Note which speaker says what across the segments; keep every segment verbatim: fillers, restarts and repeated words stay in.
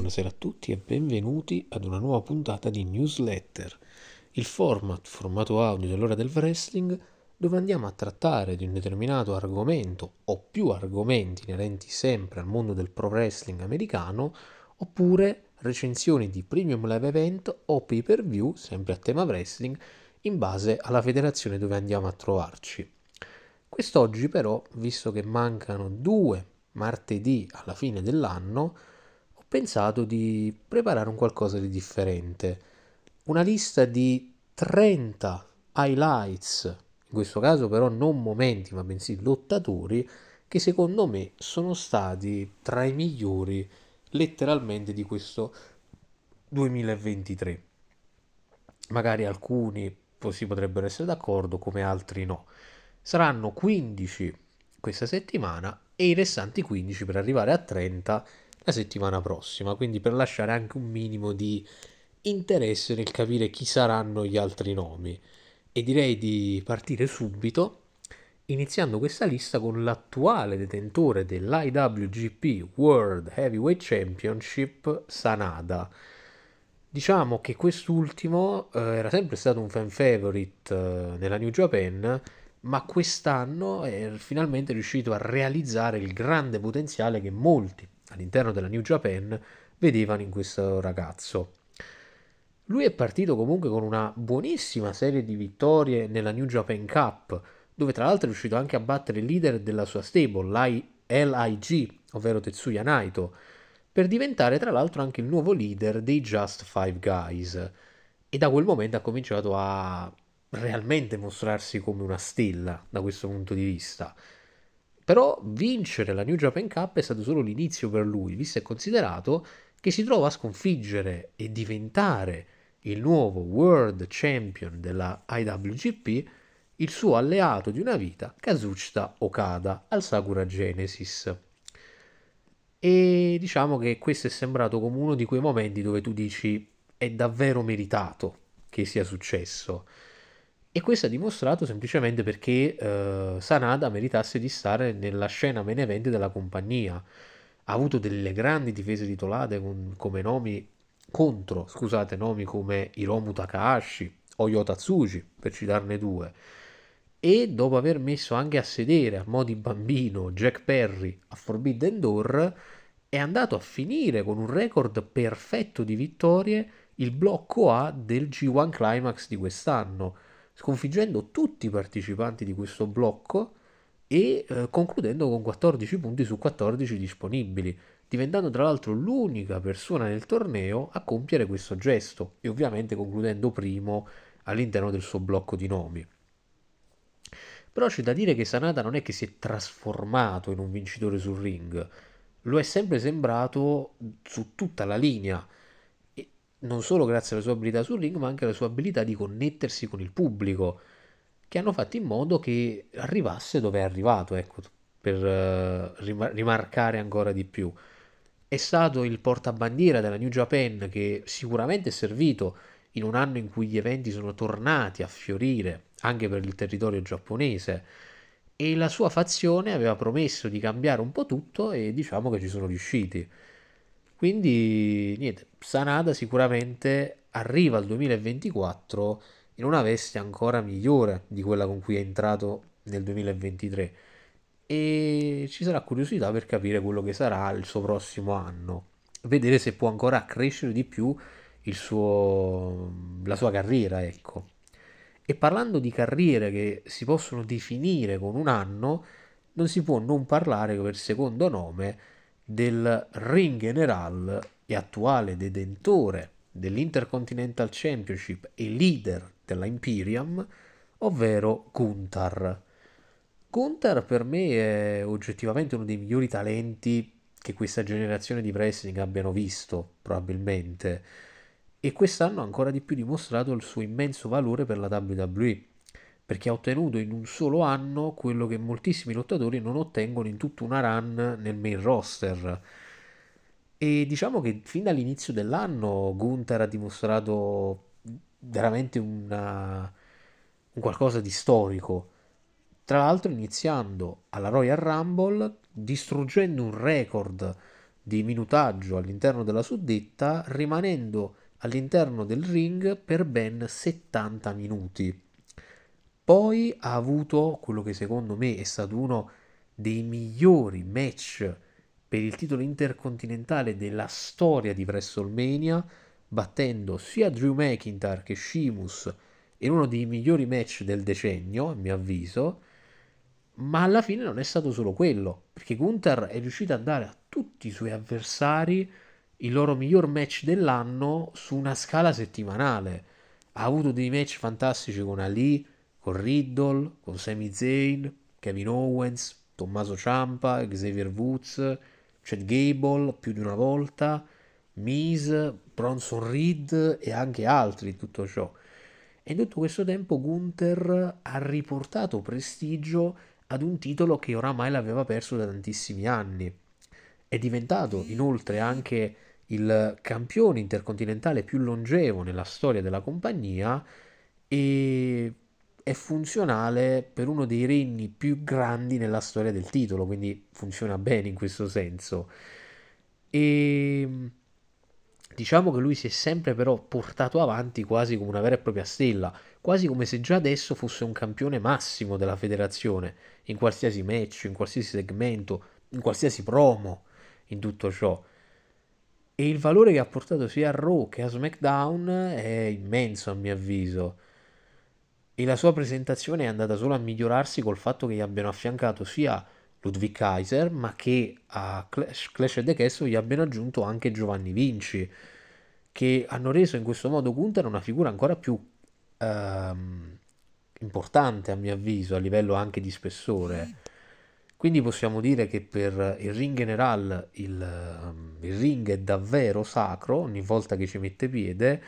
Speaker 1: buonasera a tutti e benvenuti ad una nuova puntata di Newsletter, il format formato audio dell'ora del wrestling dove andiamo a trattare di un determinato argomento o più argomenti inerenti sempre al mondo del pro wrestling americano oppure recensioni di premium live event o pay per view sempre a tema wrestling in base alla federazione dove andiamo a trovarci. Quest'oggi però, visto che mancano due martedì alla fine dell'anno, ho pensato di preparare un qualcosa di differente. Una lista di trenta highlights, in questo caso però non momenti, ma bensì lottatori, che secondo me sono stati tra i migliori letteralmente di questo duemilaventitré. Magari alcuni si potrebbero essere d'accordo, come altri no. Saranno quindici questa settimana e i restanti quindici per arrivare a trenta la settimana prossima, quindi per lasciare anche un minimo di interesse nel capire chi saranno gli altri nomi. E direi di partire subito, iniziando questa lista con l'attuale detentore dell'I W G P World Heavyweight Championship, Sanada. Diciamo che quest'ultimo eh, era sempre stato un fan favorite eh, nella New Japan, ma quest'anno è finalmente riuscito a realizzare il grande potenziale che molti all'interno della New Japan vedevano in questo ragazzo. Lui è partito comunque con una buonissima serie di vittorie nella New Japan Cup, dove tra l'altro è riuscito anche a battere il leader della sua stable, l'L I G, ovvero Tetsuya Naito, per diventare tra l'altro anche il nuovo leader dei Just Five Guys. E da quel momento ha cominciato a realmente mostrarsi come una stella da questo punto di vista. Però vincere la New Japan Cup è stato solo l'inizio per lui, visto e considerato che si trova a sconfiggere e diventare il nuovo World Champion della I W G P, il suo alleato di una vita, Kazuchika Okada, al Sakura Genesis. E diciamo che questo è sembrato come uno di quei momenti dove tu dici è davvero meritato che sia successo. E questo è dimostrato semplicemente perché eh, Sanada meritasse di stare nella scena main event della compagnia. Ha avuto delle grandi difese titolate con, come nomi contro, scusate, nomi come Hiromu Takahashi o Yota Tsuji, per citarne due. E dopo aver messo anche a sedere a mo' di bambino Jack Perry a Forbidden Door, è andato a finire con un record perfetto di vittorie il blocco A del G uno Climax di quest'anno, sconfiggendo tutti i partecipanti di questo blocco e eh, concludendo con quattordici punti su quattordici disponibili, diventando tra l'altro l'unica persona nel torneo a compiere questo gesto e ovviamente concludendo primo all'interno del suo blocco di nomi. Però c'è da dire che Sanada non è che si è trasformato in un vincitore sul ring, lo è sempre sembrato su tutta la linea, e non solo grazie alle sue abilità sul ring, ma anche alla sua abilità di connettersi con il pubblico, che hanno fatto in modo che arrivasse dove è arrivato, ecco, per eh, rim- rimarcare ancora di più. È stato il portabandiera della New Japan che sicuramente è servito in un anno in cui gli eventi sono tornati a fiorire anche per il territorio giapponese e la sua fazione aveva promesso di cambiare un po' tutto e diciamo che ci sono riusciti. Quindi, niente, Sanada sicuramente arriva al duemilaventiquattro in una veste ancora migliore di quella con cui è entrato nel duemilaventitré e ci sarà curiosità per capire quello che sarà il suo prossimo anno, vedere se può ancora crescere di più il suo, la sua carriera, ecco. E parlando di carriere che si possono definire con un anno, non si può non parlare per secondo nome del Ring General e attuale detentore dell'Intercontinental Championship e leader della Imperium, ovvero Gunther. Gunther per me è oggettivamente uno dei migliori talenti che questa generazione di wrestling abbiano visto, probabilmente. E quest'anno ha ancora di più dimostrato il suo immenso valore per la W W E, perché ha ottenuto in un solo anno quello che moltissimi lottatori non ottengono in tutta una run nel main roster. E diciamo che fin dall'inizio dell'anno Gunther ha dimostrato veramente una- un qualcosa di storico. Tra l'altro iniziando alla Royal Rumble, distruggendo un record di minutaggio all'interno della suddetta, rimanendo all'interno del ring per ben settanta minuti. Poi ha avuto quello che secondo me è stato uno dei migliori match per il titolo intercontinentale della storia di WrestleMania, battendo sia Drew McIntyre che Sheamus in uno dei migliori match del decennio, a mio avviso, ma alla fine non è stato solo quello, perché Gunther è riuscito a dare a tutti i suoi avversari il loro miglior match dell'anno su una scala settimanale. Ha avuto dei match fantastici con Ali, con Riddle, con Sami Zayn, Kevin Owens, Tommaso Ciampa, Xavier Woods, Chad Gable più di una volta, Miz, Bronson Reed e anche altri in tutto ciò. E in tutto questo tempo Gunther ha riportato prestigio ad un titolo che oramai l'aveva perso da tantissimi anni. È diventato inoltre anche il campione intercontinentale più longevo nella storia della compagnia e è funzionale per uno dei regni più grandi nella storia del titolo, quindi funziona bene in questo senso. E diciamo che lui si è sempre però portato avanti quasi come una vera e propria stella, quasi come se già adesso fosse un campione massimo della federazione, in qualsiasi match, in qualsiasi segmento, in qualsiasi promo, in tutto ciò. E il valore che ha portato sia a Raw che a SmackDown è immenso a mio avviso. E la sua presentazione è andata solo a migliorarsi col fatto che gli abbiano affiancato sia Ludwig Kaiser, ma che a Clash, Clash at the Castle gli abbiano aggiunto anche Giovanni Vinci, che hanno reso in questo modo Gunther una figura ancora più ehm, importante a mio avviso, a livello anche di spessore. Quindi possiamo dire che per il Ring General il, ehm, il ring è davvero sacro ogni volta che ci mette piede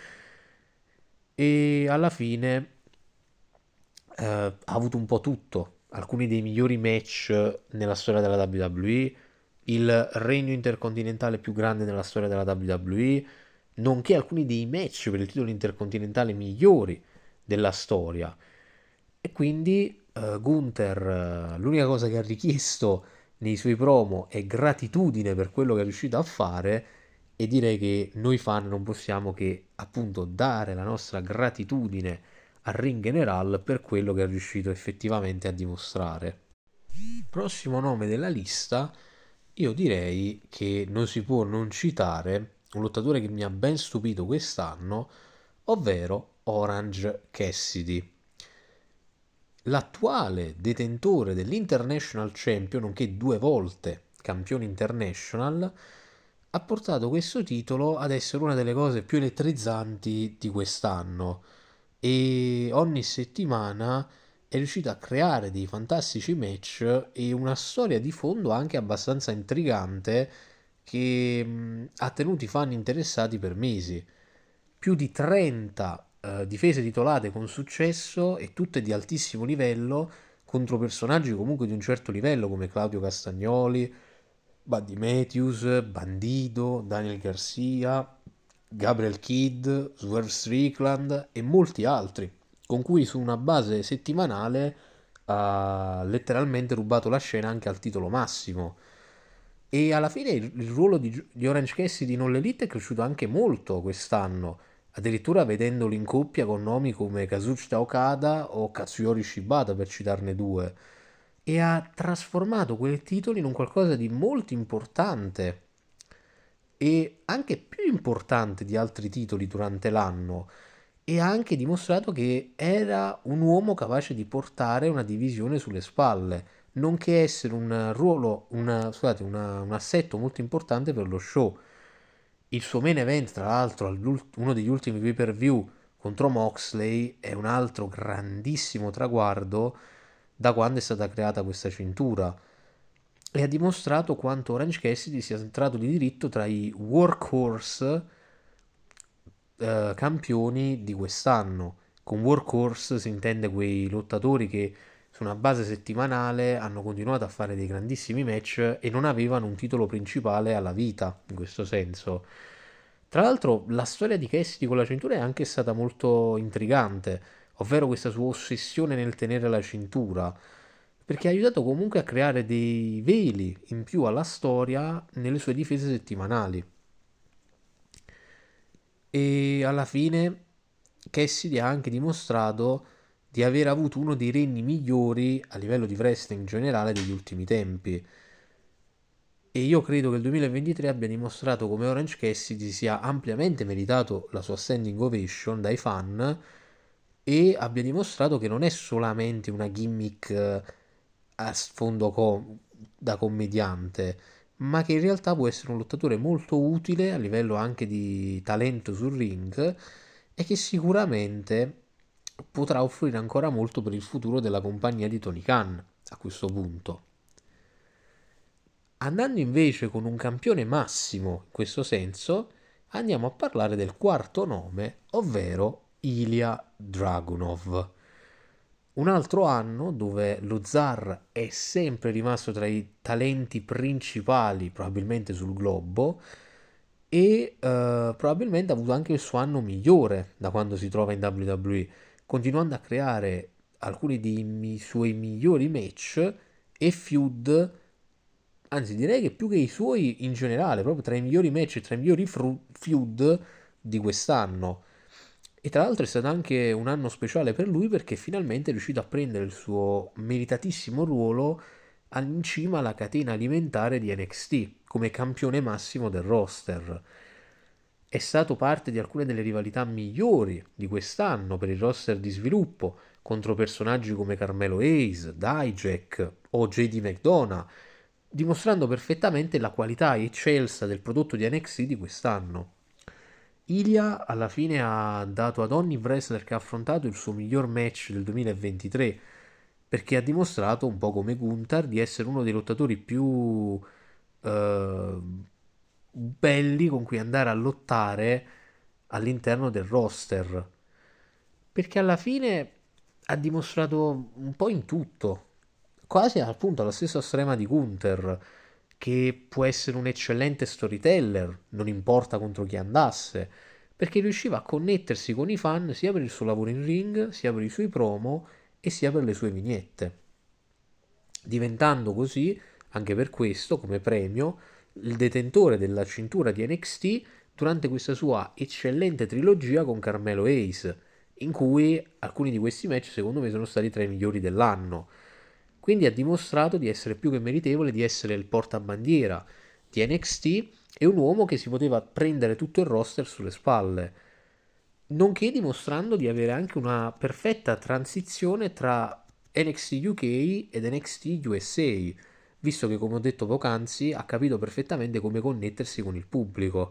Speaker 1: e alla fine eh, ha avuto un po' tutto. Alcuni dei migliori match nella storia della W W E, il regno intercontinentale più grande nella storia della W W E, nonché alcuni dei match per il titolo intercontinentale migliori della storia. E quindi eh, Gunther, eh, l'unica cosa che ha richiesto nei suoi promo è gratitudine per quello che è riuscito a fare e direi che noi fan non possiamo che appunto dare la nostra gratitudine al Ring General per quello che è riuscito effettivamente a dimostrare. Prossimo nome della lista, io direi che non si può non citare un lottatore che mi ha ben stupito quest'anno, ovvero Orange Cassidy. L'attuale detentore dell'International Champion, nonché due volte campione international, ha portato questo titolo ad essere una delle cose più elettrizzanti di quest'anno e ogni settimana è riuscito a creare dei fantastici match e una storia di fondo anche abbastanza intrigante che mh, ha tenuto i fan interessati per mesi. Più di trenta eh, difese titolate con successo e tutte di altissimo livello contro personaggi comunque di un certo livello come Claudio Castagnoli, Buddy Matthews, Bandido, Daniel Garcia, Gabriel Kidd, Swerve Strickland e molti altri, con cui su una base settimanale ha letteralmente rubato la scena anche al titolo massimo. E alla fine il, il ruolo di, di Orange Cassidy in All Elite è cresciuto anche molto quest'anno, addirittura vedendolo in coppia con nomi come Kazuchika Okada o Katsuyori Shibata per citarne due, e ha trasformato quel titolo in un qualcosa di molto importante e anche più importante di altri titoli durante l'anno e ha anche dimostrato che era un uomo capace di portare una divisione sulle spalle, nonché essere un ruolo, una, scusate, una- un assetto molto importante per lo show. Il suo main event, tra l'altro, uno degli ultimi pay per view contro Moxley, è un altro grandissimo traguardo da quando è stata creata questa cintura e ha dimostrato quanto Orange Cassidy sia entrato di diritto tra i workhorse eh, campioni di quest'anno. Con workhorse si intende quei lottatori che su una base settimanale hanno continuato a fare dei grandissimi match e non avevano un titolo principale alla vita, in questo senso. Tra l'altro, la storia di Cassidy con la cintura è anche stata molto intrigante, ovvero questa sua ossessione nel tenere la cintura. perché ha aiutato comunque a creare dei veli in più alla storia nelle sue difese settimanali. E alla fine Cassidy ha anche dimostrato di aver avuto uno dei regni migliori a livello di wrestling in generale degli ultimi tempi. E io credo che il duemilaventitré abbia dimostrato come Orange Cassidy sia ampiamente meritato la sua standing ovation dai fan e abbia dimostrato che non è solamente una gimmick eh, a sfondo co- da commediante, ma che in realtà può essere un lottatore molto utile a livello anche di talento sul ring e che sicuramente potrà offrire ancora molto per il futuro della compagnia di Tony Khan a questo punto. Andando invece con un campione massimo in questo senso, andiamo a parlare del quarto nome, ovvero Ilya Dragunov. Un altro anno dove lo zar è sempre rimasto tra i talenti principali, probabilmente sul globo, e eh, probabilmente ha avuto anche il suo anno migliore da quando si trova in W W E, continuando a creare alcuni dei mi- suoi migliori match e feud, anzi direi che più che i suoi in generale, proprio tra i migliori match e tra i migliori fru- feud di quest'anno. E tra l'altro è stato anche un anno speciale per lui perché finalmente è riuscito a prendere il suo meritatissimo ruolo in cima alla catena alimentare di N X T come campione massimo del roster. È stato parte di alcune delle rivalità migliori di quest'anno per il roster di sviluppo contro personaggi come Carmelo Hayes, Dijak o J D McDonough, dimostrando perfettamente la qualità eccelsa del prodotto di N X T di quest'anno. Ilya alla fine ha dato ad ogni wrestler che ha affrontato il suo miglior match del duemilaventitré perché ha dimostrato un po' come Gunther di essere uno dei lottatori più eh, belli con cui andare a lottare all'interno del roster perché alla fine ha dimostrato un po' in tutto, quasi appunto alla stessa estrema di Gunther, che può essere un eccellente storyteller, non importa contro chi andasse, perché riusciva a connettersi con i fan sia per il suo lavoro in ring, sia per i suoi promo e sia per le sue vignette, diventando così, anche per questo, come premio, il detentore della cintura di N X T durante questa sua eccellente trilogia con Carmelo Hayes, in cui alcuni di questi match secondo me sono stati tra i migliori dell'anno. Quindi ha dimostrato di essere più che meritevole di essere il portabandiera di N X T e un uomo che si poteva prendere tutto il roster sulle spalle, nonché dimostrando di avere anche una perfetta transizione tra N X T U K ed N X T U S A, visto che come ho detto poc'anzi ha capito perfettamente come connettersi con il pubblico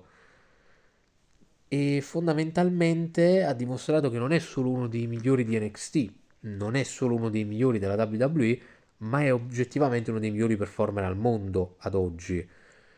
Speaker 1: e fondamentalmente ha dimostrato che non è solo uno dei migliori di N X T, non è solo uno dei migliori della W W E, ma è oggettivamente uno dei migliori performer al mondo ad oggi.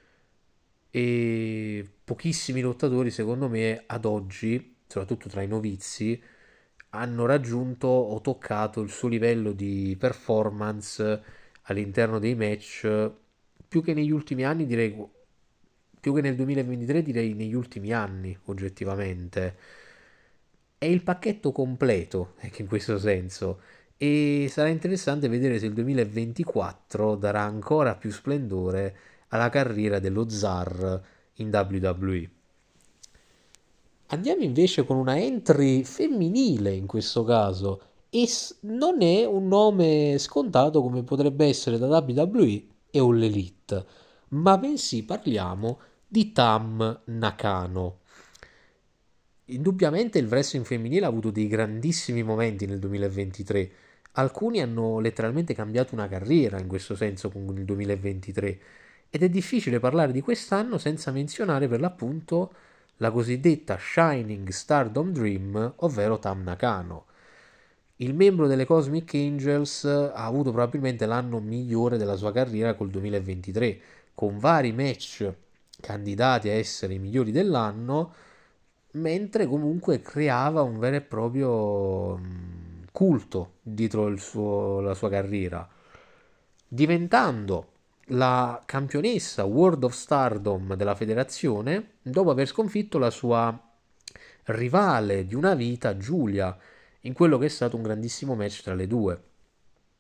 Speaker 1: E pochissimi lottatori, secondo me, ad oggi, soprattutto tra i novizi, hanno raggiunto o toccato il suo livello di performance all'interno dei match più che negli ultimi anni, direi più che nel duemilaventitré, direi negli ultimi anni, oggettivamente. È il pacchetto completo, ecco, in questo senso. E sarà interessante vedere se il duemilaventiquattro darà ancora più splendore alla carriera dello zar in W W E. Andiamo invece con una entry femminile in questo caso e s- non è un nome scontato come potrebbe essere da W W E e All Elite, ma bensì parliamo di Tam Nakano. Indubbiamente il wrestling femminile ha avuto dei grandissimi momenti nel duemilaventitré. Alcuni hanno letteralmente cambiato una carriera in questo senso con il duemilaventitré ed è difficile parlare di quest'anno senza menzionare per l'appunto la cosiddetta Shining Stardom Dream, ovvero Tam Nakano. Il membro delle Cosmic Angels ha avuto probabilmente l'anno migliore della sua carriera col duemilaventitré, con vari match candidati a essere i migliori dell'anno, mentre comunque creava un vero e proprio mm, culto dietro il suo- la sua carriera, diventando la campionessa World of Stardom della federazione dopo aver sconfitto la sua rivale di una vita, Giulia, in quello che è stato un grandissimo match tra le due.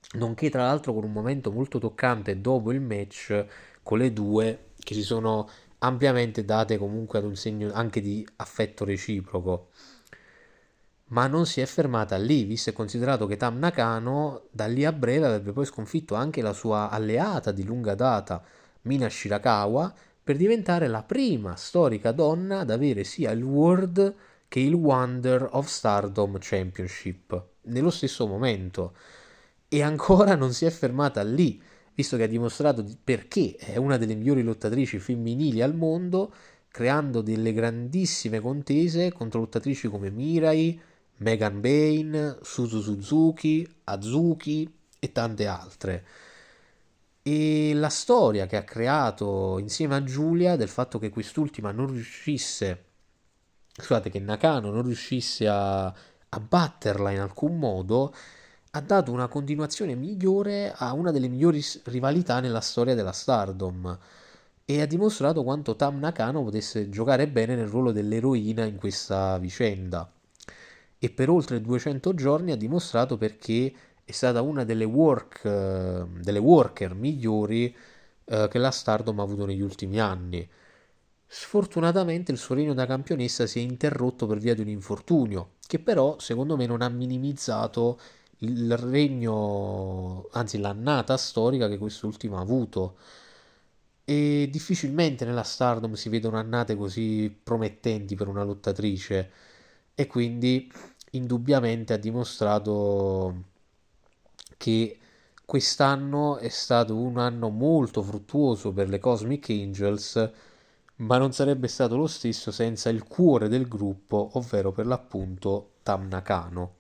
Speaker 1: nonché tra l'altro con un momento molto toccante dopo il match con le due che si sono ampiamente date comunque ad un segno anche di affetto reciproco. Ma non si è fermata lì, visto e considerato che Tam Nakano da lì a breve avrebbe poi sconfitto anche la sua alleata di lunga data, Mina Shirakawa, per diventare la prima storica donna ad avere sia il World che il Wonder of Stardom Championship nello stesso momento. E ancora non si è fermata lì, visto che ha dimostrato di- perché è una delle migliori lottatrici femminili al mondo, creando delle grandissime contese contro lottatrici come Mirai, Megan Bane, Suzu Suzuki, Azuki e tante altre. E la storia che ha creato insieme a Giulia del fatto che quest'ultima non riuscisse, scusate, che Nakano non riuscisse a, a batterla in alcun modo, ha dato una continuazione migliore a una delle migliori s- rivalità nella storia della Stardom e ha dimostrato quanto Tam Nakano potesse giocare bene nel ruolo dell'eroina in questa vicenda. E per oltre duecento giorni ha dimostrato perché è stata una delle, work, eh, delle worker migliori eh, che la Stardom ha avuto negli ultimi anni. Sfortunatamente il suo regno da campionessa si è interrotto per via di un infortunio, che però secondo me non ha minimizzato il regno, anzi l'annata storica che quest'ultima ha avuto. E difficilmente nella Stardom si vedono annate così promettenti per una lottatrice e quindi indubbiamente ha dimostrato che quest'anno è stato un anno molto fruttuoso per le Cosmic Angels, ma non sarebbe stato lo stesso senza il cuore del gruppo, ovvero per l'appunto Tam Nakano.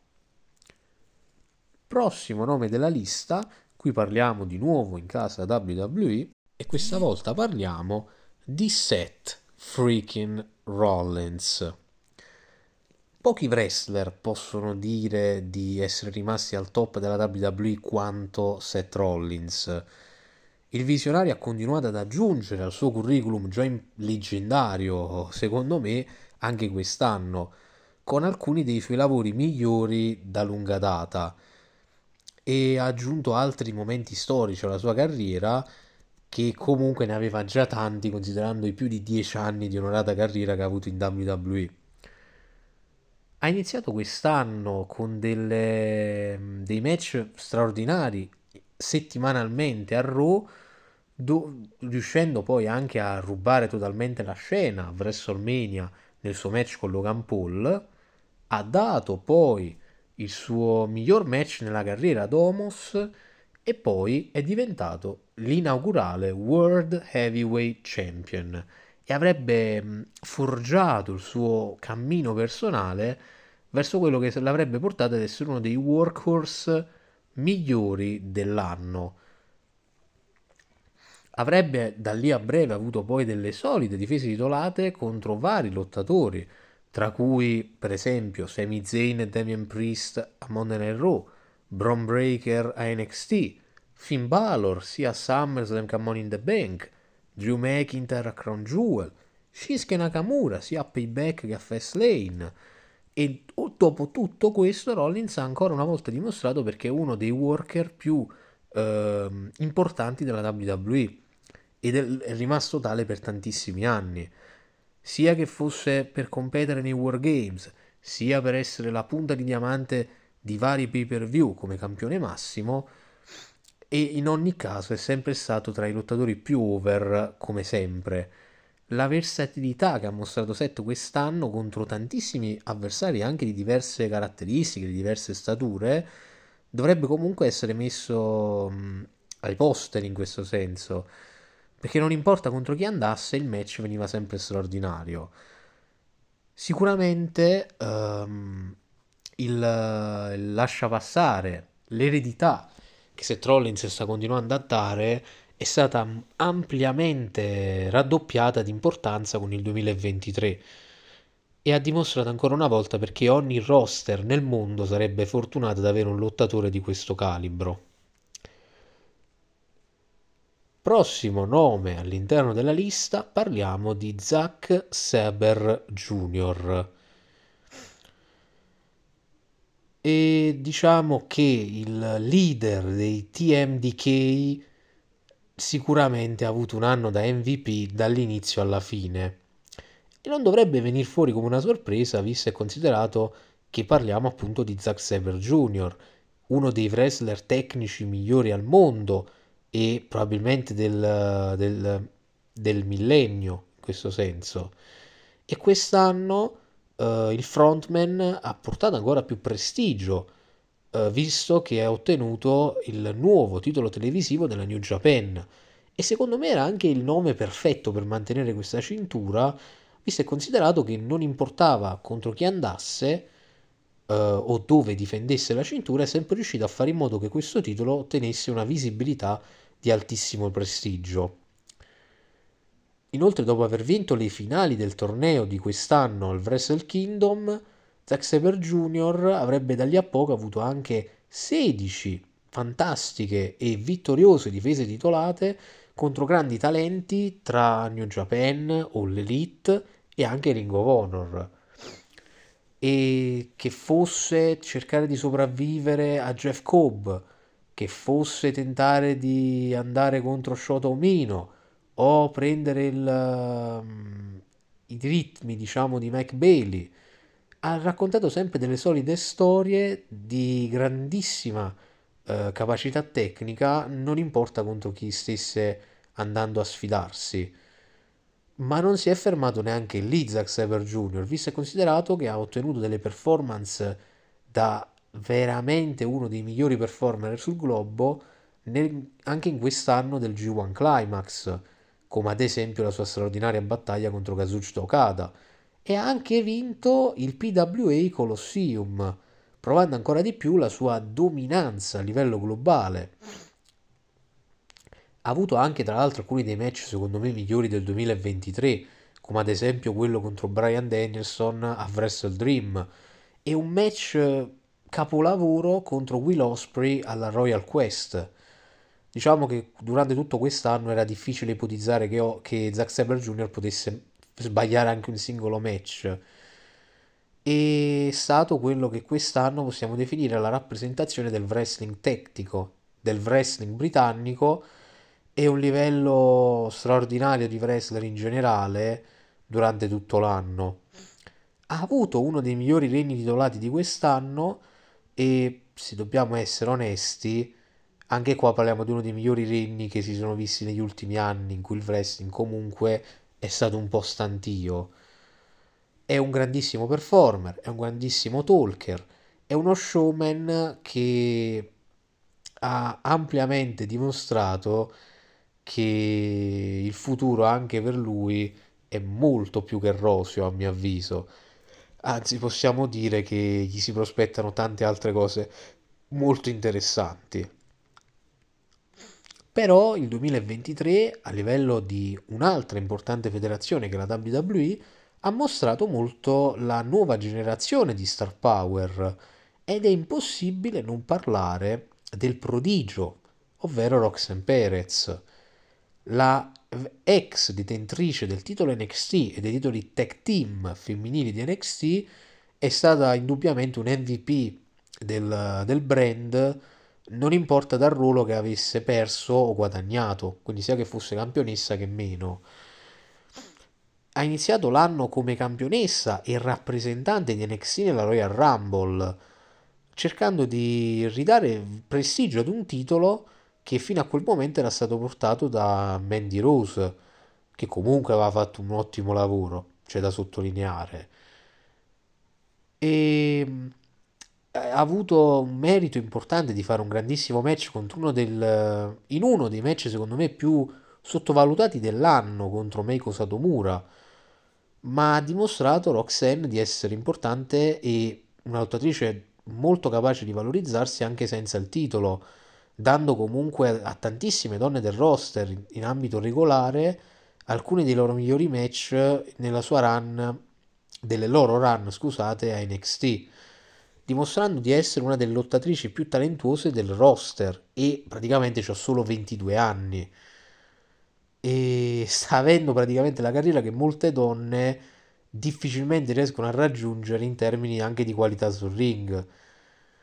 Speaker 1: Prossimo nome della lista, qui parliamo di nuovo in casa W W E e questa volta parliamo di Seth freaking Rollins. Pochi wrestler possono dire di essere rimasti al top della W W E quanto Seth Rollins. Il visionario ha continuato ad aggiungere al suo curriculum già in- leggendario, secondo me, anche quest'anno, con alcuni dei suoi lavori migliori da lunga data e ha aggiunto altri momenti storici alla sua carriera che comunque ne aveva già tanti considerando i più di dieci anni di onorata carriera che ha avuto in W W E. Ha iniziato quest'anno con delle- dei match straordinari settimanalmente a Raw, do- riuscendo poi anche a rubare totalmente la scena a WrestleMania nel suo match con Logan Paul. Ha dato poi il suo miglior match nella carriera ad Omos e poi è diventato l'inaugurale World Heavyweight Champion e avrebbe mh, forgiato il suo cammino personale verso quello che l'avrebbe portato ad essere uno dei workhorse migliori dell'anno. Avrebbe da lì a breve avuto poi delle solide difese titolate contro vari lottatori, tra cui per esempio Sami Zayn e Damian Priest a Monday Night Raw, Braun Breaker a N X T, Finn Balor sia a SummerSlam che a Money in the Bank, Drew McIntyre a Crown Jewel, Shinsuke Nakamura sia a Payback che a Fastlane. E dopo tutto questo Rollins ha ancora una volta dimostrato perché è uno dei worker più ehm, importanti della W W E ed è, è rimasto tale per tantissimi anni, sia che fosse per competere nei Wargames, sia per essere la punta di diamante di vari pay-per-view come campione massimo, e in ogni caso è sempre stato tra i lottatori più over come sempre. La versatilità che ha mostrato Seth quest'anno contro tantissimi avversari anche di diverse caratteristiche, di diverse stature, dovrebbe comunque essere messo mh, ai posteri in questo senso, perché non importa contro chi andasse, il match veniva sempre straordinario. Sicuramente ehm, il, il lascia passare, l'eredità che se Rollins sta continuando a dare è stata ampiamente raddoppiata di importanza con il duemilaventitré e ha dimostrato ancora una volta perché ogni roster nel mondo sarebbe fortunato ad avere un lottatore di questo calibro. Prossimo nome all'interno della lista parliamo di Zack Saber junior E diciamo che il leader dei T M D K sicuramente ha avuto un anno da M V P dall'inizio alla fine. E non dovrebbe venire fuori come una sorpresa, visto e considerato che parliamo appunto di Zack Sabre junior, uno dei wrestler tecnici migliori al mondo e probabilmente del, del- del millennio, in questo senso. E quest'anno eh, il frontman ha portato ancora più prestigio, eh, visto che ha ottenuto il nuovo titolo televisivo della New Japan. E secondo me era anche il nome perfetto per mantenere questa cintura, visto e considerato che non importava contro chi andasse, eh, o dove difendesse la cintura, è sempre riuscito a fare in modo che questo titolo ottenesse una visibilità di altissimo prestigio. Inoltre, dopo aver vinto le finali del torneo di quest'anno al Wrestle Kingdom, Zack Sabre junior avrebbe da lì a poco avuto anche sedici fantastiche e vittoriose difese titolate contro grandi talenti tra New Japan, All Elite e anche Ring of Honor. E che fosse cercare di sopravvivere a Jeff Cobb, che fosse tentare di andare contro Shota Umino o prendere il, um, i ritmi, diciamo, di Mike Bailey. Ha raccontato sempre delle solide storie di grandissima eh, capacità tecnica, non importa contro chi stesse andando a sfidarsi. Ma non si è fermato neanche lì Zack Sabre junior, visto e considerato che ha ottenuto delle performance da veramente uno dei migliori performer sul globo nel- anche in quest'anno del G uno Climax, come ad esempio la sua straordinaria battaglia contro Kazuchika Okada. E ha anche vinto il P W A Colosseum, provando ancora di più la sua dominanza a livello globale. Ha avuto anche tra l'altro alcuni dei match secondo me migliori del duemilaventitré, come ad esempio quello contro Bryan Danielson a Wrestle Dream e un match eh, capolavoro contro Will Ospreay alla Royal Quest. Diciamo che durante tutto quest'anno era difficile ipotizzare che, o- che Zack Sabre junior potesse sbagliare anche un singolo match. È stato quello che quest'anno possiamo definire la rappresentazione del wrestling tecnico, del wrestling britannico e un livello straordinario di wrestler in generale durante tutto l'anno. Ha avuto uno dei migliori regni titolati di quest'anno e se dobbiamo essere onesti, anche qua parliamo di uno dei migliori regni che si sono visti negli ultimi anni, in cui il wrestling comunque è stato un po' stantio. È un grandissimo performer, è un grandissimo talker, è uno showman che ha ampiamente dimostrato che il futuro anche per lui è molto più che roseo, a mio avviso. Anzi, possiamo dire che gli si prospettano tante altre cose molto interessanti. Però il duemilaventitré, a livello di un'altra importante federazione che è la W W E, ha mostrato molto la nuova generazione di star power ed è impossibile non parlare del prodigio, ovvero Roxanne Perez, la ex detentrice del titolo N X T e dei titoli tag team femminili di N X T, è stata indubbiamente un M V P del, del brand, non importa dal ruolo che avesse perso o guadagnato, quindi sia che fosse campionessa che meno. Ha iniziato l'anno come campionessa e rappresentante di N X T nella Royal Rumble, cercando di ridare prestigio ad un titolo che fino a quel momento era stato portato da Mandy Rose, che comunque aveva fatto un ottimo lavoro, c'è da sottolineare. E mh, ha avuto un merito importante di fare un grandissimo match contro uno del, in uno dei match secondo me più sottovalutati dell'anno contro Meiko Satomura, ma ha dimostrato Roxanne di essere importante e una lottatrice molto capace di valorizzarsi anche senza il titolo, dando comunque a tantissime donne del roster in in ambito regolare alcuni dei loro migliori match nella sua run, delle loro run, scusate, a N X T, dimostrando di essere una delle lottatrici più talentuose del roster e praticamente ha solo ventidue anni e sta avendo praticamente la carriera che molte donne difficilmente riescono a raggiungere in termini anche di qualità sul ring.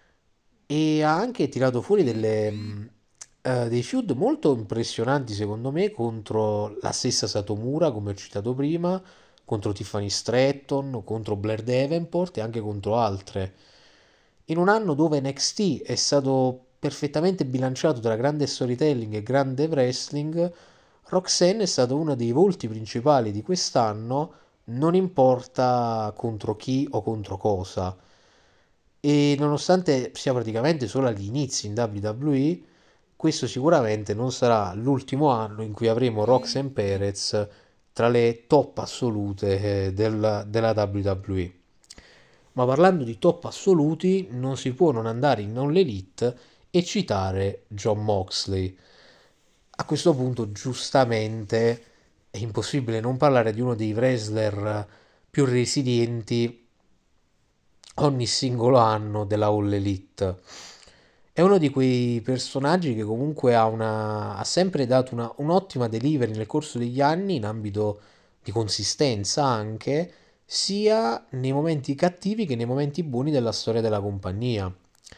Speaker 1: e ha anche tirato fuori delle, mh, eh, dei feud molto impressionanti secondo me contro la stessa Satomura, come ho citato prima, contro Tiffany Stratton, contro Blair Davenport e anche contro altre. In un anno dove N X T è stato perfettamente bilanciato tra grande storytelling e grande wrestling, Roxanne è stato uno dei volti principali di quest'anno, non importa contro chi o contro cosa. E nonostante sia praticamente solo agli inizi in W W E, questo sicuramente non sarà l'ultimo anno in cui avremo Roxanne Perez tra le top assolute eh, del- della W W E. Ma parlando di top assoluti, non si può non andare in All Elite e citare John Moxley. A questo punto, giustamente, è impossibile non parlare di uno dei wrestler più resilienti ogni singolo anno della All Elite. È uno di quei personaggi che comunque ha, una, ha sempre dato una- un'ottima delivery nel corso degli anni in ambito di consistenza anche, sia nei momenti cattivi che nei momenti buoni della storia della compagnia.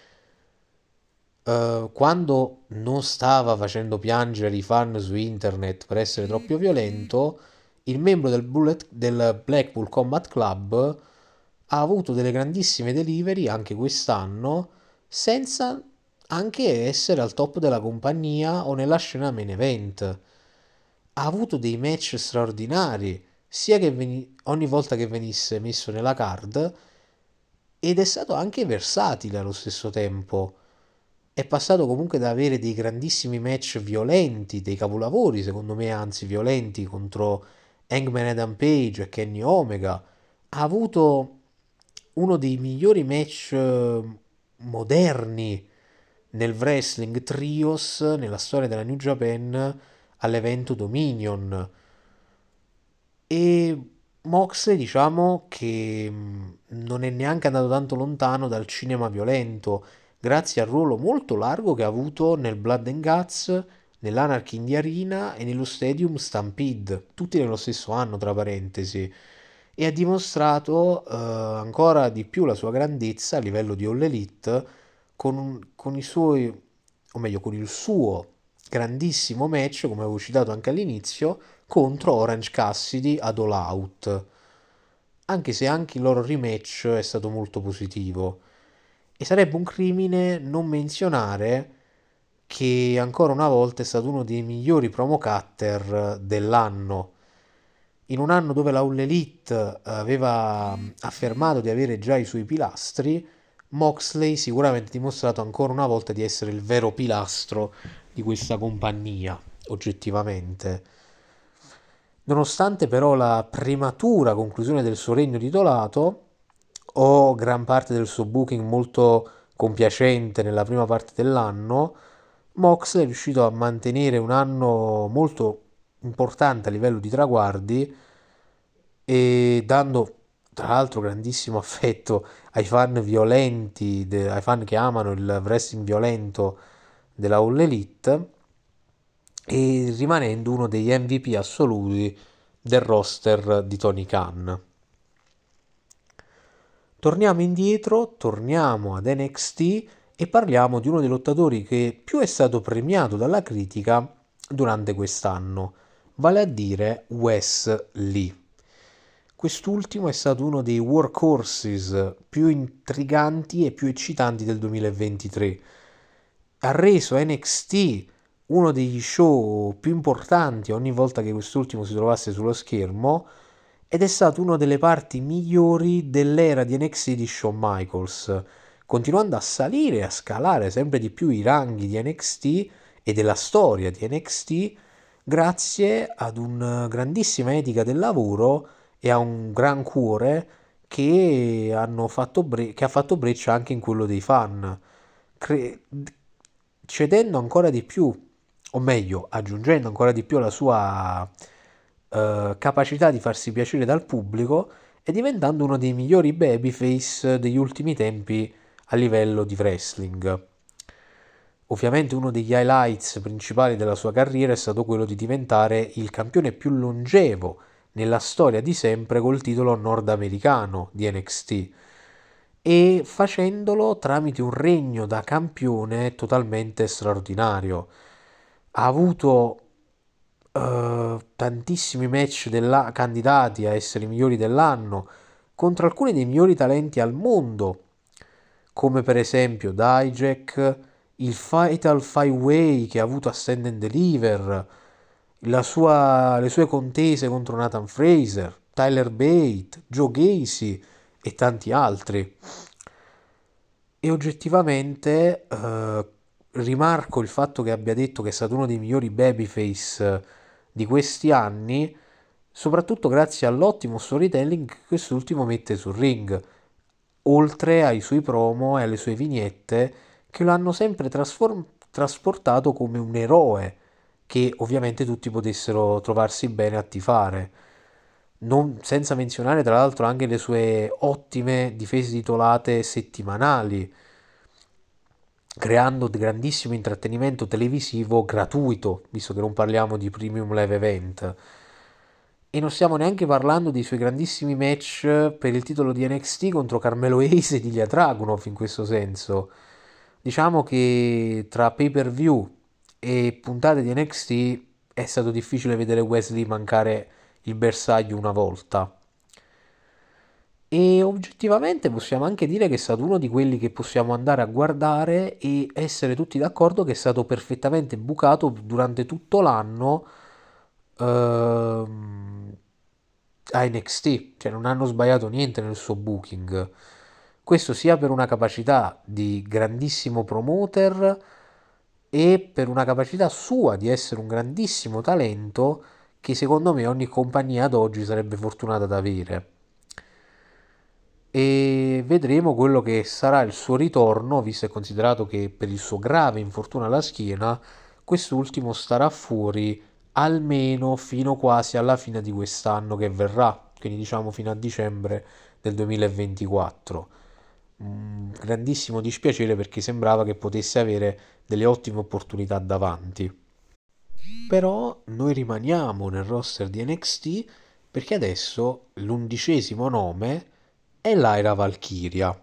Speaker 1: Eh, quando non stava facendo piangere i fan su internet per essere troppo violento, il membro del, Bullet- del Blackpool Combat Club ha avuto delle grandissime delivery anche quest'anno, senza anche essere al top della compagnia o nella scena main event. Ha avuto dei match straordinari, sia che veni- ogni volta che venisse messo nella card, ed è stato anche versatile allo stesso tempo. È passato comunque da avere dei grandissimi match violenti, dei capolavori, secondo me, anzi violenti, contro Hangman Adam Page e Kenny Omega. Ha avuto uno dei migliori match eh, moderni nel wrestling trios nella storia della New Japan all'evento Dominion. E Moxley, diciamo che mh, non è neanche andato tanto lontano dal cinema violento, grazie al ruolo molto largo che ha avuto nel Blood and Guts, nell'Anarchy in the Arena e nello Stadium Stampede, tutti nello stesso anno, tra parentesi, e ha dimostrato eh, ancora di più la sua grandezza a livello di All Elite con, un- con i suoi, o meglio, con il suo grandissimo match, come avevo citato anche all'inizio, contro Orange Cassidy ad All Out, anche se anche il loro rematch è stato molto positivo. E sarebbe un crimine non menzionare che ancora una volta è stato uno dei migliori promo cutter dell'anno. In un anno dove la All Elite aveva affermato di avere già i suoi pilastri, Moxley sicuramente ha dimostrato ancora una volta di essere il vero pilastro di questa compagnia, oggettivamente. Nonostante però la prematura conclusione del suo regno titolato, o gran parte del suo booking molto compiacente nella prima parte dell'anno, Mox è riuscito a mantenere un anno molto importante a livello di traguardi e dando tra l'altro grandissimo affetto ai fan violenti, de- ai fan che amano il wrestling violento della All Elite e rimanendo uno degli M V P assoluti del roster di Tony Khan. Torniamo indietro, torniamo ad N X T e parliamo di uno dei lottatori che più è stato premiato dalla critica durante quest'anno, vale a dire Wes Lee. Quest'ultimo è stato uno dei workhorses più intriganti e più eccitanti del duemilaventitré. Ha reso N X T uno degli show più importanti ogni volta che quest'ultimo si trovasse sullo schermo ed è stato una delle parti migliori dell'era di N X T di Shawn Michaels, continuando a salire e a scalare sempre di più i ranghi di N X T e della storia di N X T grazie ad una grandissima etica del lavoro e a un gran cuore che, hanno fatto bre- che ha fatto breccia anche in quello dei fan, cre- cedendo ancora di più, o meglio, aggiungendo ancora di più alla sua eh, capacità di farsi piacere dal pubblico e diventando uno dei migliori babyface degli ultimi tempi a livello di wrestling. Ovviamente uno degli highlights principali della sua carriera è stato quello di diventare il campione più longevo nella storia di sempre col titolo nordamericano di N X T e facendolo tramite un regno da campione totalmente straordinario. Ha avuto eh, tantissimi match della- candidati a essere i migliori dell'anno contro alcuni dei migliori talenti al mondo, come per esempio Dijak, il Fatal Five Way che ha avuto a Stand and Deliver, la sua- le sue contese contro Nathan Fraser, Tyler Bate, Joe Gacy e tanti altri. E oggettivamente eh, rimarco il fatto che abbia detto che è stato uno dei migliori babyface eh, di questi anni, soprattutto grazie all'ottimo storytelling che quest'ultimo mette sul ring, oltre ai suoi promo e alle sue vignette che lo hanno sempre trasform- trasportato come un eroe che ovviamente tutti potessero trovarsi bene a tifare. Non- senza menzionare tra l'altro anche le sue ottime difese titolate settimanali, creando grandissimo intrattenimento televisivo gratuito, visto che non parliamo di premium live event. E non stiamo neanche parlando dei suoi grandissimi match per il titolo di N X T contro Carmelo Hayes ed Ilya Dragunov in questo senso. Diciamo che tra pay-per-view e puntate di N X T è stato difficile vedere Wesley mancare il bersaglio una volta. E oggettivamente possiamo anche dire che è stato uno di quelli che possiamo andare a guardare e essere tutti d'accordo che è stato perfettamente bucato durante tutto l'anno ehm, a N X T, cioè non hanno sbagliato niente nel suo booking. Questo sia per una capacità di grandissimo promoter e per una capacità sua di essere un grandissimo talento che secondo me ogni compagnia ad oggi sarebbe fortunata ad avere. E vedremo quello che sarà il suo ritorno, visto e considerato che per il suo grave infortunio alla schiena, quest'ultimo starà fuori almeno fino quasi alla fine di quest'anno che verrà, quindi diciamo fino a dicembre del duemilaventiquattro. Un grandissimo dispiacere perché sembrava che potesse avere delle ottime opportunità davanti. Però noi rimaniamo nel roster di N X T perché adesso l'undicesimo nome è Lyra Valkyria.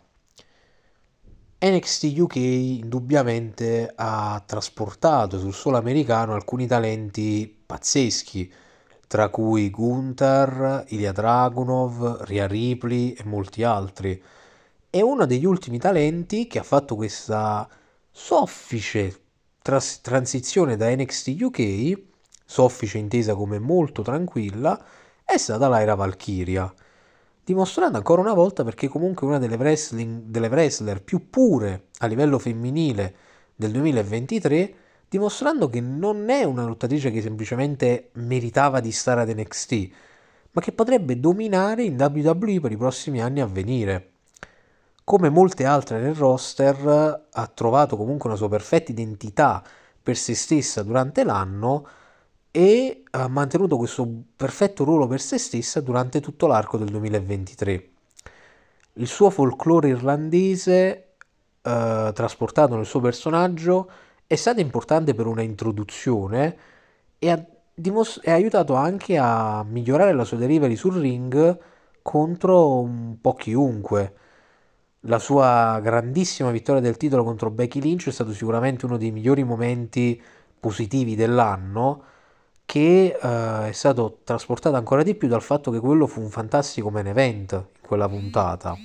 Speaker 1: N X T U K indubbiamente ha trasportato sul suolo americano alcuni talenti pazzeschi, tra cui Gunther, Ilya Dragunov, Rhea Ripley e molti altri. È uno degli ultimi talenti che ha fatto questa soffice tras- transizione da N X T U K, soffice intesa come molto tranquilla, è stata Lyra Valkyria, dimostrando ancora una volta perché comunque una delle, wrestling, delle wrestler più pure a livello femminile del duemilaventitré, dimostrando che non è una lottatrice che semplicemente meritava di stare ad N X T, ma che potrebbe dominare in W W E per i prossimi anni a venire. Come molte altre nel roster, ha trovato comunque una sua perfetta identità per se stessa durante l'anno e ha mantenuto questo perfetto ruolo per se stessa durante tutto l'arco del duemilaventitré. Il suo folklore irlandese, eh, trasportato nel suo personaggio, è stato importante per una introduzione e ha, dimos- e ha aiutato anche a migliorare la sua delivery sul ring contro un po' chiunque. La sua grandissima vittoria del titolo contro Becky Lynch è stato sicuramente uno dei migliori momenti positivi dell'anno, che eh, è stato trasportato ancora di più dal fatto che quello fu un fantastico main event in quella puntata.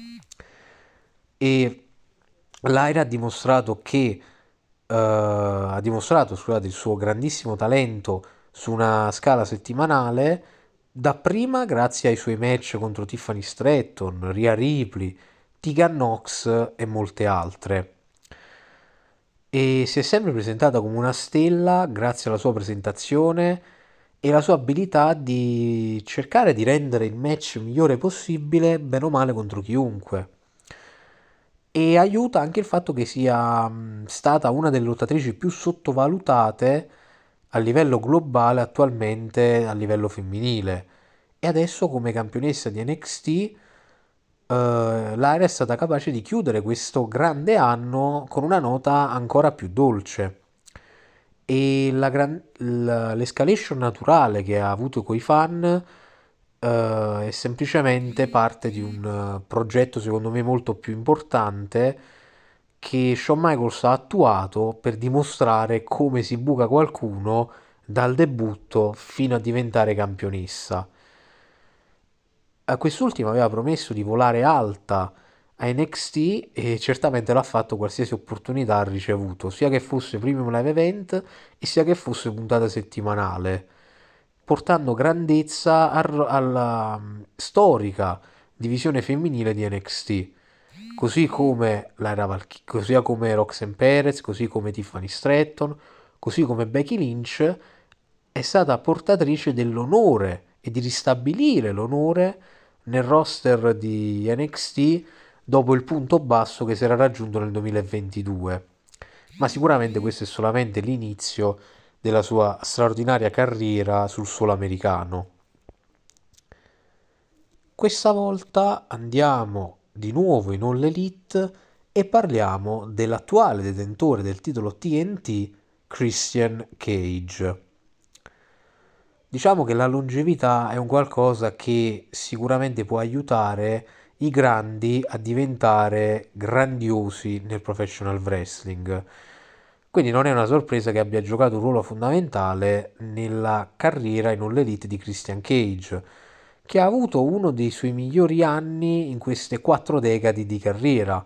Speaker 1: E Lyra ha dimostrato che eh, ha dimostrato, scusate, il suo grandissimo talento su una scala settimanale, dapprima grazie ai suoi match contro Tiffany Stratton, Rhea Ripley, Tegan Nox e molte altre. E si è sempre presentata come una stella grazie alla sua presentazione e la sua abilità di cercare di rendere il match migliore possibile, bene o male contro chiunque. E aiuta anche il fatto che sia mh, stata una delle lottatrici più sottovalutate a livello globale attualmente a livello femminile. E adesso come campionessa di N X T, eh, Lyra è stata capace di chiudere questo grande anno con una nota ancora più dolce. E la gran- l- l'escalation naturale che ha avuto coi fan eh, è semplicemente parte di un eh, progetto secondo me molto più importante che Shawn Michaels ha attuato per dimostrare come si buca qualcuno dal debutto fino a diventare campionessa. A quest'ultima aveva promesso di volare alta a N X T e certamente l'ha fatto qualsiasi opportunità ha ricevuto, sia che fosse Premium Live Event e sia che fosse puntata settimanale, portando grandezza al- alla mm, storica divisione femminile di N X T, così come Lyra Valky- così come Roxanne Perez, così come Tiffany Stratton, così come Becky Lynch è stata portatrice dell'onore e di ristabilire l'onore nel roster di N X T dopo il punto basso che si era raggiunto nel duemilaventidue. Ma sicuramente questo è solamente l'inizio della sua straordinaria carriera sul suolo americano. Questa volta andiamo di nuovo in All Elite e parliamo dell'attuale detentore del titolo T N T, Christian Cage. Diciamo che la longevità è un qualcosa che sicuramente può aiutare i grandi a diventare grandiosi nel professional wrestling. Quindi non è una sorpresa che abbia giocato un ruolo fondamentale nella carriera in All Elite di Christian Cage, che ha avuto uno dei suoi migliori anni in queste quattro decadi di carriera.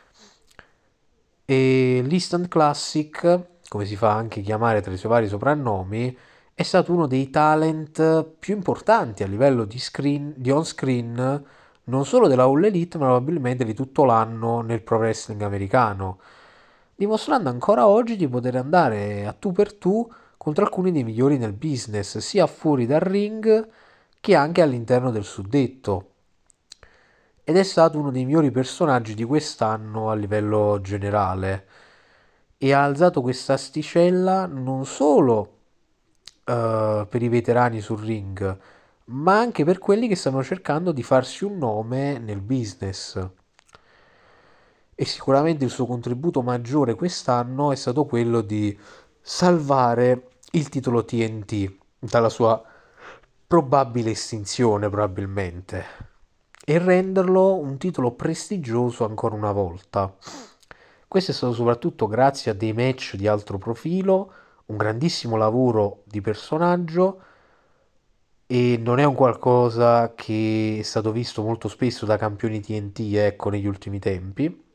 Speaker 1: E l'Instant Classic, come si fa anche chiamare tra i suoi vari soprannomi, è stato uno dei talent più importanti a livello di screen, di on-screen, non solo della All Elite, ma probabilmente di tutto l'anno nel pro wrestling americano, dimostrando ancora oggi di poter andare a tu per tu contro alcuni dei migliori nel business, sia fuori dal ring che anche all'interno del suddetto. Ed è stato uno dei migliori personaggi di quest'anno a livello generale e ha alzato questa asticella non solo eh, per i veterani sul ring, ma anche per quelli che stanno cercando di farsi un nome nel business. E sicuramente il suo contributo maggiore quest'anno è stato quello di salvare il titolo T N T dalla sua probabile estinzione, probabilmente, e renderlo un titolo prestigioso ancora una volta. Questo è stato soprattutto grazie a dei match di alto profilo, un grandissimo lavoro di personaggio e non è un qualcosa che è stato visto molto spesso da campioni T N T, ecco, negli ultimi tempi.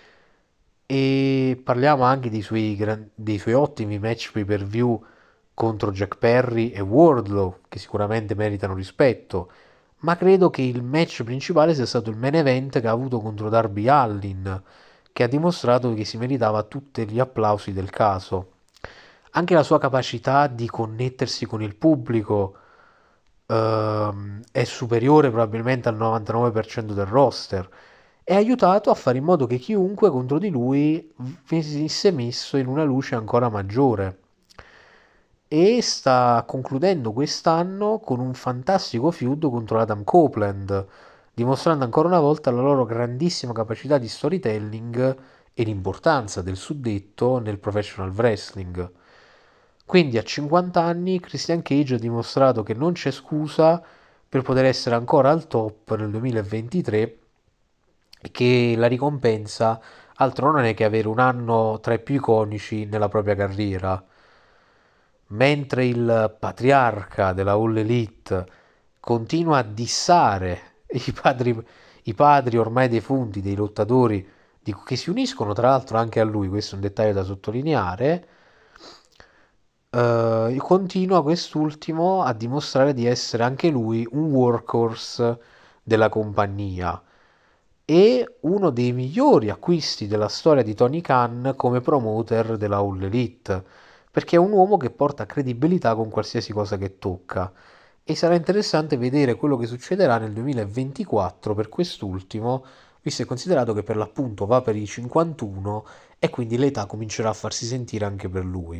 Speaker 1: E parliamo anche dei suoi, gran- dei suoi ottimi match pay per view contro Jack Perry e Wardlow, che sicuramente meritano rispetto. Ma credo che il match principale sia stato il main event che ha avuto contro Darby Allin, che ha dimostrato che si meritava tutti gli applausi del caso. Anche la sua capacità di connettersi con il pubblico ehm, è superiore probabilmente al novantanove per cento del roster e ha aiutato a fare in modo che chiunque contro di lui venisse messo in una luce ancora maggiore. E sta concludendo quest'anno con un fantastico feud contro Adam Copeland, dimostrando ancora una volta la loro grandissima capacità di storytelling e l'importanza del suddetto nel professional wrestling. Quindi a cinquanta anni Christian Cage ha dimostrato che non c'è scusa per poter essere ancora al top nel duemilaventitré e che la ricompensa altro non è che avere un anno tra i più iconici nella propria carriera. Mentre il patriarca della All Elite continua a dissare i padri, i padri ormai defunti dei lottatori di- che si uniscono tra l'altro anche a lui, questo è un dettaglio da sottolineare, eh, continua quest'ultimo a dimostrare di essere anche lui un workhorse della compagnia e uno dei migliori acquisti della storia di Tony Khan come promoter della All Elite, perché è un uomo che porta credibilità con qualsiasi cosa che tocca. E sarà interessante vedere quello che succederà nel duemilaventiquattro per quest'ultimo, visto e considerato che per l'appunto va per i cinquantuno e quindi l'età comincerà a farsi sentire anche per lui.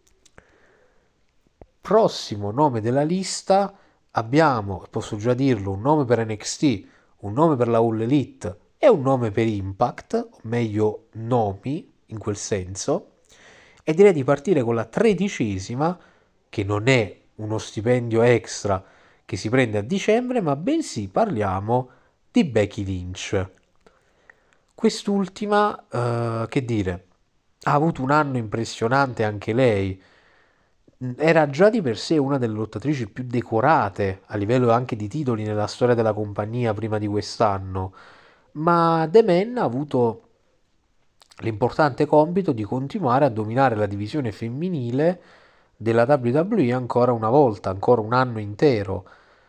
Speaker 1: Prossimo nome della lista abbiamo, posso già dirlo, un nome per N X T, un nome per la All Elite e un nome per Impact, o meglio nomi in quel senso, e direi di partire con la tredicesima, che non è uno stipendio extra che si prende a dicembre, ma bensì parliamo di Becky Lynch. Quest'ultima, eh, che dire, ha avuto un anno impressionante anche lei. Era già di per sé una delle lottatrici più decorate a livello anche di titoli nella storia della compagnia prima di quest'anno, ma The Man ha avuto l'importante compito di continuare a dominare la divisione femminile della W W E ancora una volta, ancora un anno intero,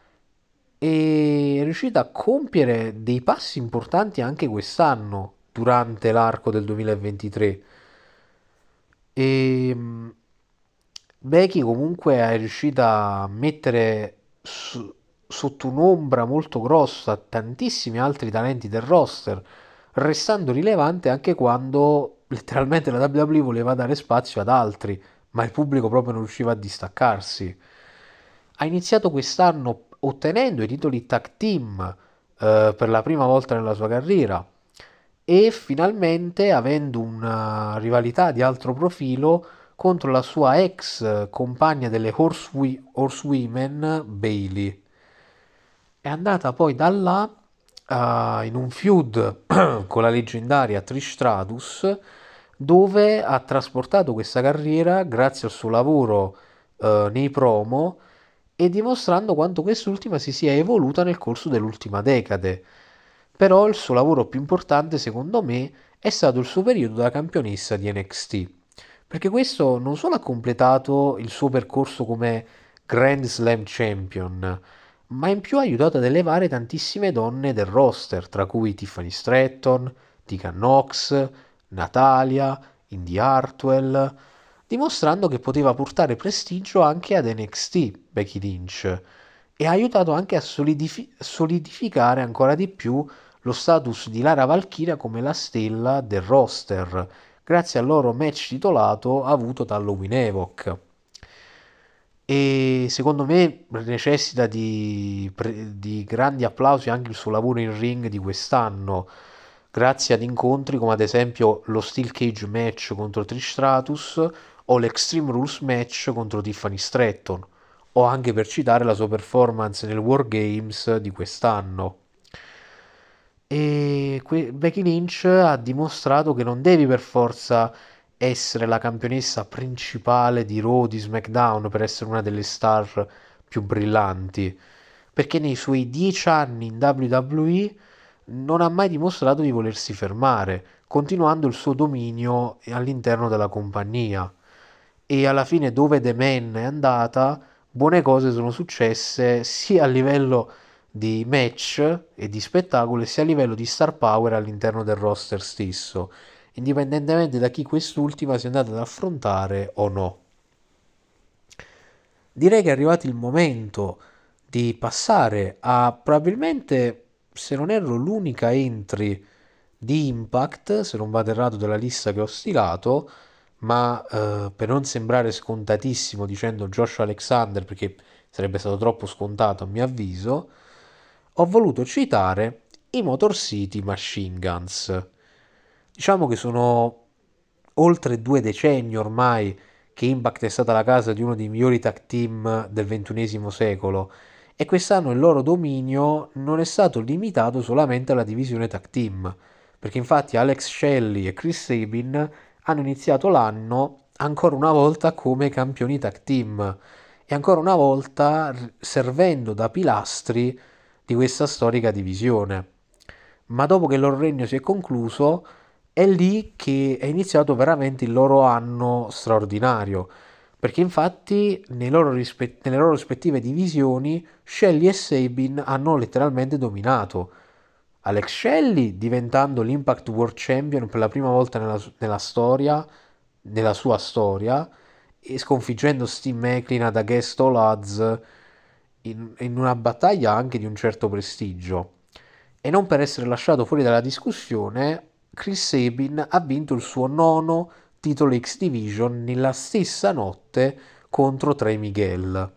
Speaker 1: e è riuscita a compiere dei passi importanti anche quest'anno, durante l'arco del duemilaventitré. E mh, Becky comunque è riuscita a mettere su- sotto un'ombra molto grossa tantissimi altri talenti del roster, restando rilevante anche quando letteralmente la W W E voleva dare spazio ad altri, ma il pubblico proprio non riusciva a distaccarsi. Ha iniziato quest'anno ottenendo i titoli tag team eh, per la prima volta nella sua carriera e finalmente avendo una rivalità di altro profilo contro la sua ex compagna delle Horsewi- Horsewomen, Bailey. È andata poi da là eh, in un feud con la leggendaria Trish Stratus, dove ha trasportato questa carriera grazie al suo lavoro eh, nei promo e dimostrando quanto quest'ultima si sia evoluta nel corso dell'ultima decade. Però il suo lavoro più importante, secondo me, è stato il suo periodo da campionessa di N X T, perché questo non solo ha completato il suo percorso come Grand Slam Champion, ma in più ha aiutato ad elevare tantissime donne del roster, tra cui Tiffany Stratton, Tika Knox, Natalia, Indy Hartwell, dimostrando che poteva portare prestigio anche ad N X T, Becky Lynch, e ha aiutato anche a solidifi- solidificare ancora di più lo status di Lara Valkyria come la stella del roster, grazie al loro match titolato avuto da Halloween Evoc. E secondo me necessita di, pre- di grandi applausi anche il suo lavoro in ring di quest'anno, grazie ad incontri come ad esempio lo Steel Cage match contro Trish Stratus o l'Extreme Rules match contro Tiffany Stratton, o anche per citare la sua performance nel War Games di quest'anno. E que- Becky Lynch ha dimostrato che non devi per forza essere la campionessa principale di Raw, di SmackDown per essere una delle star più brillanti, perché nei suoi dieci anni in W W E non ha mai dimostrato di volersi fermare, continuando il suo dominio all'interno della compagnia. E alla fine dove The Man è andata, buone cose sono successe sia a livello di match e di spettacolo, sia a livello di star power all'interno del roster stesso, indipendentemente da chi quest'ultima sia andata ad affrontare o no. Direi che è arrivato il momento di passare a probabilmente, se non erro, l'unica entry di Impact, se non vado errato della lista che ho stilato, ma eh, per non sembrare scontatissimo dicendo Josh Alexander, perché sarebbe stato troppo scontato a mio avviso, ho voluto citare i Motor City Machine Guns. Diciamo che sono oltre due decenni ormai che Impact è stata la casa di uno dei migliori tag team del ventunesimo secolo e quest'anno il loro dominio non è stato limitato solamente alla divisione tag team, perché infatti Alex Shelley e Chris Sabin hanno iniziato l'anno ancora una volta come campioni tag team e ancora una volta r- servendo da pilastri di questa storica divisione. Ma dopo che il loro regno si è concluso, è lì che è iniziato veramente il loro anno straordinario, perché infatti nei loro rispe- nelle loro rispettive divisioni Shelley e Sabin hanno letteralmente dominato. Alex Shelley diventando l'Impact World Champion per la prima volta nella, su- nella storia, nella sua storia, e sconfiggendo Steve McLean ad Against All Odds in, in una battaglia anche di un certo prestigio. E non per essere lasciato fuori dalla discussione, Chris Sabin ha vinto il suo nono titolo X Division nella stessa notte contro Trey Miguel.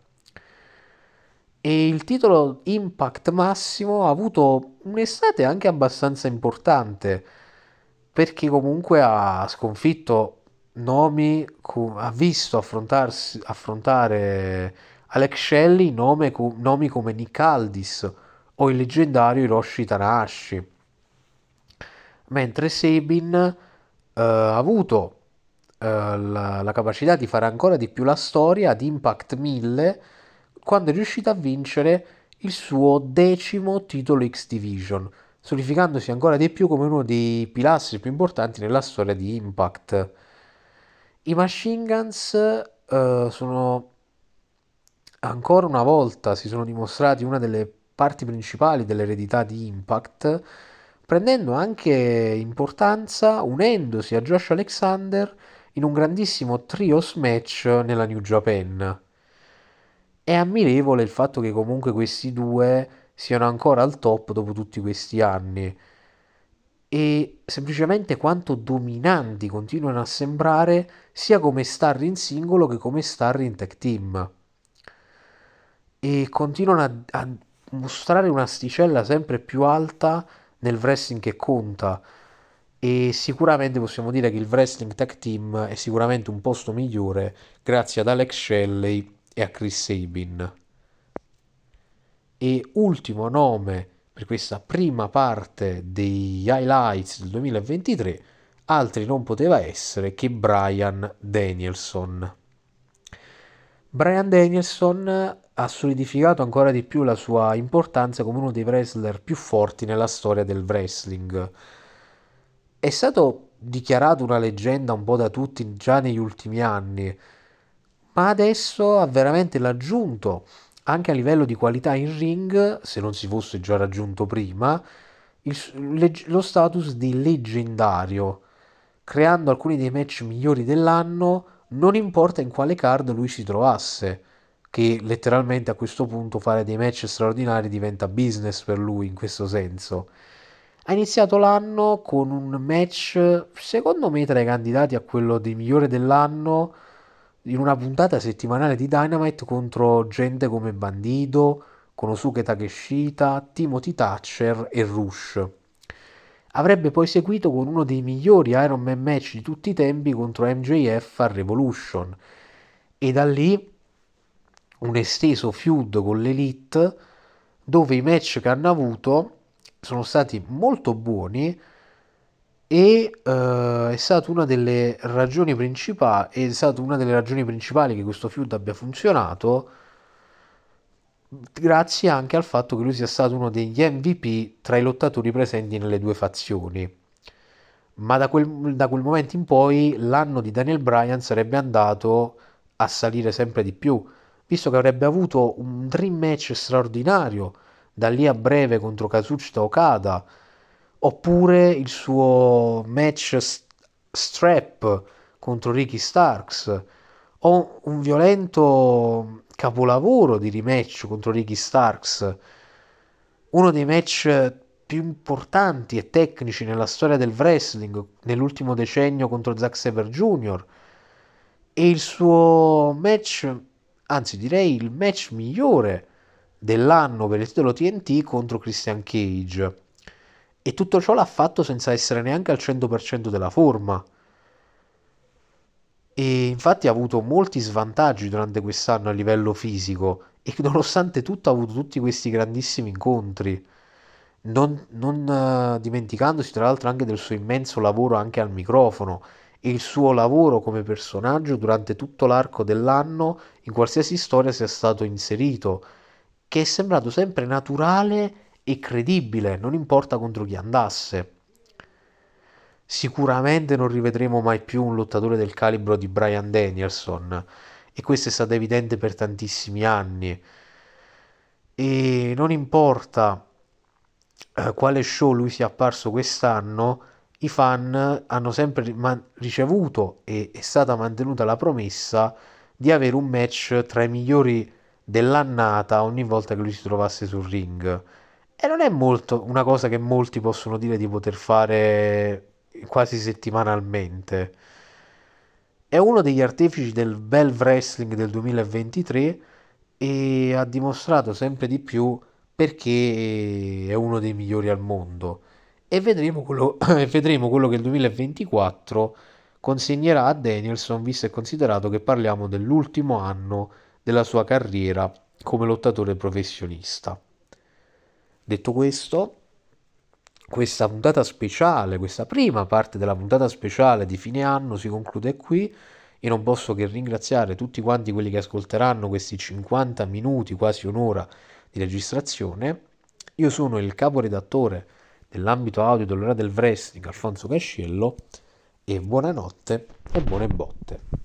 Speaker 1: E il titolo Impact Massimo ha avuto un'estate anche abbastanza importante, perché comunque ha sconfitto nomi, cu- ha visto affrontarsi, affrontare Alex Shelley nome co- nomi come Nick Aldis o il leggendario Hiroshi Tanahashi, mentre Sabin eh, ha avuto eh, la, la capacità di fare ancora di più la storia ad Impact mille quando è riuscito a vincere il suo decimo titolo X Division, solidificandosi ancora di più come uno dei pilastri più importanti nella storia di Impact. I Machine Guns eh, sono ancora una volta si sono dimostrati una delle parti principali dell'eredità di Impact, prendendo anche importanza unendosi a Josh Alexander in un grandissimo trios match nella New Japan. È ammirevole il fatto che comunque questi due siano ancora al top dopo tutti questi anni e semplicemente quanto dominanti continuano a sembrare sia come star in singolo che come star in tag team e continuano a, a mostrare un'asticella sempre più alta nel wrestling che conta. E sicuramente possiamo dire che il wrestling tag team è sicuramente un posto migliore grazie ad Alex Shelley e a Chris Sabin. E ultimo nome per questa prima parte degli highlights del duemilaventitré, altri non poteva essere che Brian Danielson. Brian Danielson ha solidificato ancora di più la sua importanza come uno dei wrestler più forti nella storia del wrestling. È stato dichiarato una leggenda un po' da tutti già negli ultimi anni, ma adesso ha veramente raggiunto, anche a livello di qualità in ring, se non si fosse già raggiunto prima, il s- leg- lo status di leggendario, creando alcuni dei match migliori dell'anno, non importa in quale card lui si trovasse, che letteralmente a questo punto fare dei match straordinari diventa business per lui in questo senso. Ha iniziato l'anno con un match, secondo me, tra i candidati a quello di migliore dell'anno, in una puntata settimanale di Dynamite contro gente come Bandido, Konosuke Takeshita, Timothy Thatcher e Rush. Avrebbe poi seguito con uno dei migliori Iron Man match di tutti i tempi contro M J F a Revolution e da lì un esteso feud con l'Elite dove i match che hanno avuto sono stati molto buoni e eh, è stata una delle ragioni principali è stata una delle ragioni principali che questo feud abbia funzionato grazie anche al fatto che lui sia stato uno degli M V P tra i lottatori presenti nelle due fazioni. Ma da quel, da quel momento in poi l'anno di Daniel Bryan sarebbe andato a salire sempre di più, visto che avrebbe avuto un dream match straordinario da lì a breve contro Kazuchika Okada, oppure il suo match s- strap contro Ricky Starks, o un violento capolavoro di rematch contro Ricky Starks, uno dei match più importanti e tecnici nella storia del wrestling nell'ultimo decennio contro Zack Sabre Junior e il suo match, anzi direi il match migliore dell'anno per il titolo T N T contro Christian Cage. E tutto ciò l'ha fatto senza essere neanche al cento per cento della forma. E infatti ha avuto molti svantaggi durante quest'anno a livello fisico e nonostante tutto ha avuto tutti questi grandissimi incontri, non, non, eh, dimenticandosi tra l'altro anche del suo immenso lavoro anche al microfono e il suo lavoro come personaggio durante tutto l'arco dell'anno in qualsiasi storia sia stato inserito, che è sembrato sempre naturale e credibile, non importa contro chi andasse. Sicuramente non rivedremo mai più un lottatore del calibro di Brian Danielson e questo è stato evidente per tantissimi anni. E non importa eh, quale show lui sia apparso quest'anno, i fan hanno sempre ma- ricevuto e è stata mantenuta la promessa di avere un match tra i migliori dell'annata ogni volta che lui si trovasse sul ring. E non è molto una cosa che molti possono dire di poter fare quasi settimanalmente. È uno degli artefici del bel wrestling del duemilaventitré e ha dimostrato sempre di più perché è uno dei migliori al mondo. E vedremo quello, vedremo quello che il duemilaventiquattro consegnerà a Danielson, visto e considerato che parliamo dell'ultimo anno della sua carriera come lottatore professionista. Detto questo, questa puntata speciale, questa prima parte della puntata speciale di fine anno si conclude qui. Io non posso che ringraziare tutti quanti quelli che ascolteranno questi cinquanta minuti, quasi un'ora di registrazione. Io sono il caporedattore nell'ambito audio dell'ora del wrestling, Alfonso Casciello, e buonanotte e buone botte.